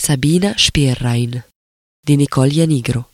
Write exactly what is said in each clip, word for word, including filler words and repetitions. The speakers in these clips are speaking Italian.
Sabina Spierrein di Nicole Janigro.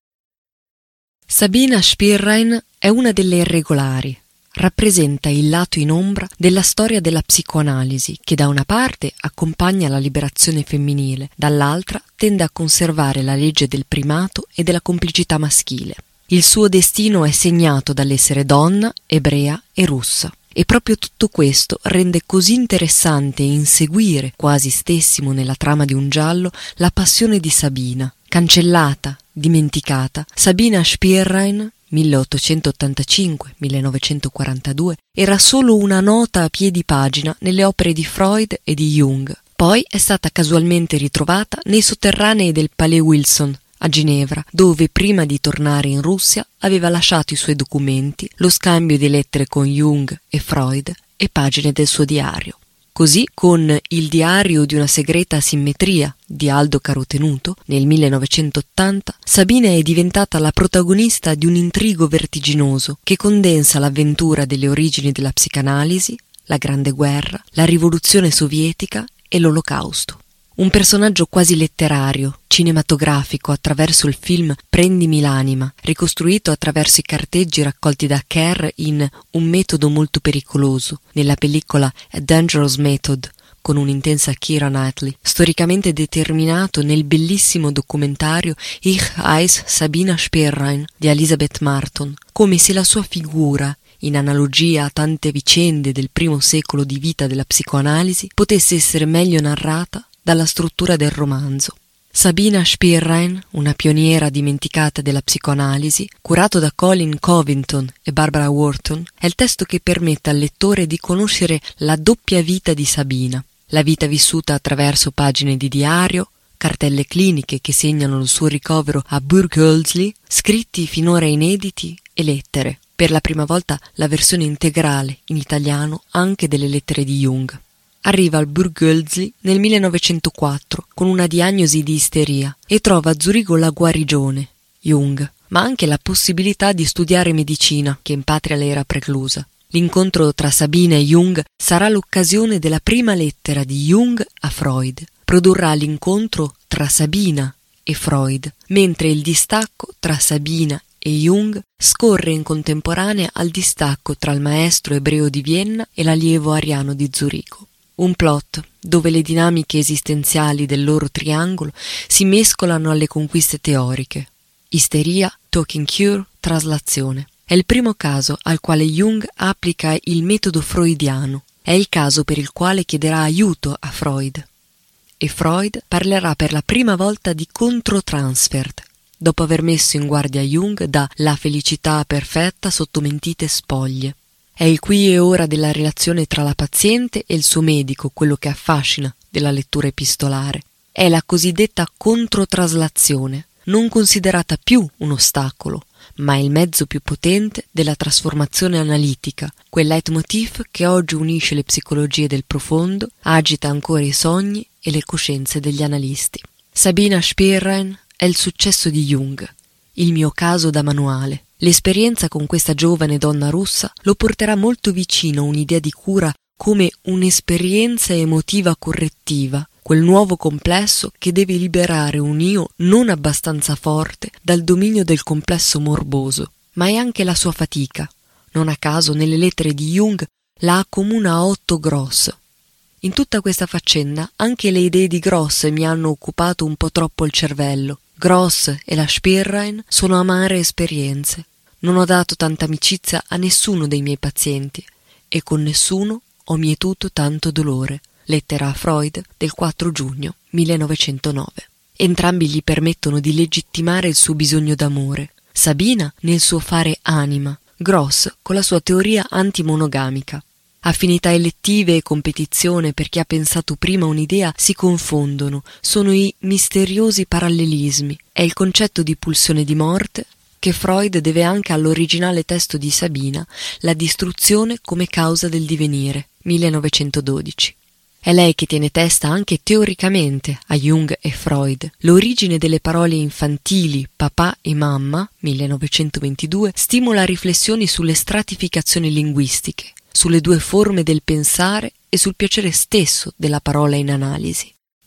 Sabina Spierrein è una delle irregolari. Rappresenta il lato in ombra della storia della psicoanalisi che da una parte accompagna la liberazione femminile, dall'altra tende a conservare la legge del primato e della complicità maschile. Il suo destino è segnato dall'essere donna, ebrea e russa. E proprio tutto questo rende così interessante inseguire, quasi stessimo nella trama di un giallo, la passione di Sabina. Cancellata, dimenticata, Sabina Spierrein milleottocentottantacinque millenovecentoquarantadue era solo una nota a piedi pagina nelle opere di Freud e di Jung. Poi è stata casualmente ritrovata nei sotterranei del Palais Wilson a Ginevra, dove prima di tornare in Russia aveva lasciato i suoi documenti, lo scambio di lettere con Jung e Freud e pagine del suo diario. Così, con Il diario di una segreta asimmetria di Aldo Carotenuto, nel millenovecentottanta, Sabina è diventata la protagonista di un intrigo vertiginoso che condensa l'avventura delle origini della psicanalisi, la Grande Guerra, la rivoluzione sovietica e l'Olocausto. Un personaggio quasi letterario, cinematografico attraverso il film Prendimi l'anima, ricostruito attraverso i carteggi raccolti da Kerr in Un metodo molto pericoloso, nella pellicola A Dangerous Method, con un'intensa Keira Knightley, storicamente determinato nel bellissimo documentario Ich heiss Sabina Spierrein di Elizabeth Marton, come se la sua figura, in analogia a tante vicende del primo secolo di vita della psicoanalisi, potesse essere meglio narrata dalla struttura del romanzo. Sabina Spierrein, una pioniera dimenticata della psicoanalisi, curato da Colin Covington e Barbara Wharton, è il testo che permette al lettore di conoscere la doppia vita di Sabina, la vita vissuta attraverso pagine di diario, cartelle cliniche che segnano il suo ricovero a Burghölzli, scritti finora inediti e lettere, per la prima volta la versione integrale in italiano anche delle lettere di Jung. Arriva al Burghölzli nel millenovecentoquattro con una diagnosi di isteria e trova a Zurigo la guarigione, Jung, ma anche la possibilità di studiare medicina, che in patria le era preclusa. L'incontro tra Sabina e Jung sarà l'occasione della prima lettera di Jung a Freud. Produrrà l'incontro tra Sabina e Freud, mentre il distacco tra Sabina e Jung scorre in contemporanea al distacco tra il maestro ebreo di Vienna e l'allievo ariano di Zurigo. Un plot dove le dinamiche esistenziali del loro triangolo si mescolano alle conquiste teoriche. Isteria, talking cure, traslazione. È il primo caso al quale Jung applica il metodo freudiano. È il caso per il quale chiederà aiuto a Freud. E Freud parlerà per la prima volta di controtransfert, dopo aver messo in guardia Jung da la felicità perfetta sotto mentite spoglie. È il qui e ora della relazione tra la paziente e il suo medico quello che affascina della lettura epistolare. È la cosiddetta controtraslazione, non considerata più un ostacolo, ma il mezzo più potente della trasformazione analitica, quel leitmotiv che oggi unisce le psicologie del profondo, agita ancora i sogni e le coscienze degli analisti. Sabina Spierrein è il successo di Jung, il mio caso da manuale. L'esperienza con questa giovane donna russa lo porterà molto vicino a un'idea di cura come un'esperienza emotiva correttiva, quel nuovo complesso che deve liberare un io non abbastanza forte dal dominio del complesso morboso. Ma è anche la sua fatica. Non a caso nelle lettere di Jung la accomuna a Otto Gross. In tutta questa faccenda anche le idee di Gross mi hanno occupato un po' troppo il cervello. Gross e la Spierrein sono amare esperienze. Non ho dato tanta amicizia a nessuno dei miei pazienti e con nessuno ho mietuto tanto dolore. Lettera a Freud del quattro giugno millenovecentonove. Entrambi gli permettono di legittimare il suo bisogno d'amore. Sabina nel suo fare anima, Gross con la sua teoria antimonogamica. Affinità elettive e competizione per chi ha pensato prima un'idea si confondono, sono i misteriosi parallelismi. È il concetto di pulsione di morte che Freud deve anche all'originale testo di Sabina, La distruzione come causa del divenire, millenovecentododici. È lei che tiene testa anche teoricamente a Jung e Freud. L'origine delle parole infantili papà e mamma, millenovecentoventidue, stimola riflessioni sulle stratificazioni linguistiche, sulle due forme del pensare e sul piacere stesso della parola in analisi.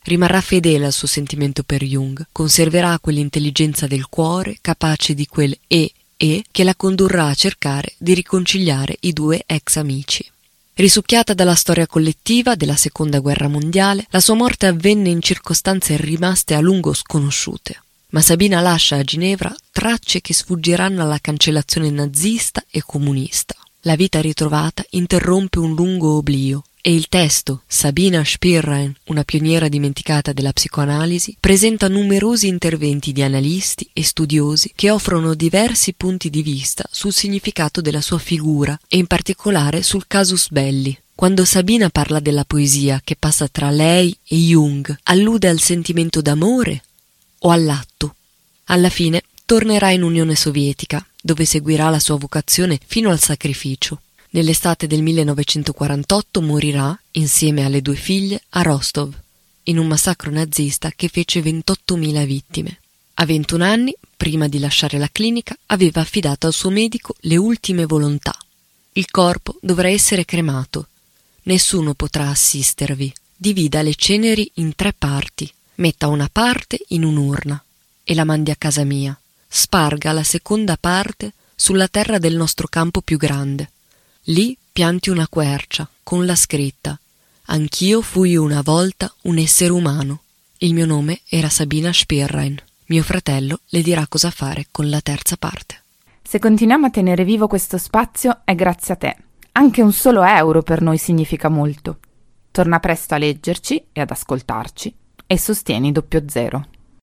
Rimarrà fedele al suo sentimento per Jung, conserverà quell'intelligenza del cuore capace di quel e e che la condurrà a cercare di riconciliare i due ex amici. Risucchiata dalla storia collettiva della Seconda Guerra Mondiale, la sua morte avvenne in circostanze rimaste a lungo sconosciute. Ma Sabina lascia a Ginevra tracce che sfuggiranno alla cancellazione nazista e comunista. La vita ritrovata interrompe un lungo oblio e il testo Sabina Spierrein, una pioniera dimenticata della psicoanalisi, presenta numerosi interventi di analisti e studiosi che offrono diversi punti di vista sul significato della sua figura e in particolare sul casus belli. Quando Sabina parla della poesia che passa tra lei e Jung, allude al sentimento d'amore o all'atto? Alla fine tornerà in Unione Sovietica, dove seguirà la sua vocazione fino al sacrificio. Nell'estate del millenovecentoquarantotto morirà, insieme alle due figlie, a Rostov, in un massacro nazista che fece ventottomila vittime. A ventuno anni, prima di lasciare la clinica, aveva affidato al suo medico le ultime volontà. Il corpo dovrà essere cremato. Nessuno potrà assistervi. Divida le ceneri in tre parti. Metta una parte in un'urna e la mandi a casa mia. Sparga la seconda parte sulla terra del nostro campo più grande. Lì pianti una quercia con la scritta: «Anch'io fui una volta un essere umano. Il mio nome era Sabina Spierrein. Mio fratello le dirà cosa fare con la terza parte». Se continuiamo a tenere vivo questo spazio è grazie a te. Anche un solo euro per noi significa molto. Torna presto a leggerci e ad ascoltarci e sostieni Doppio Zero.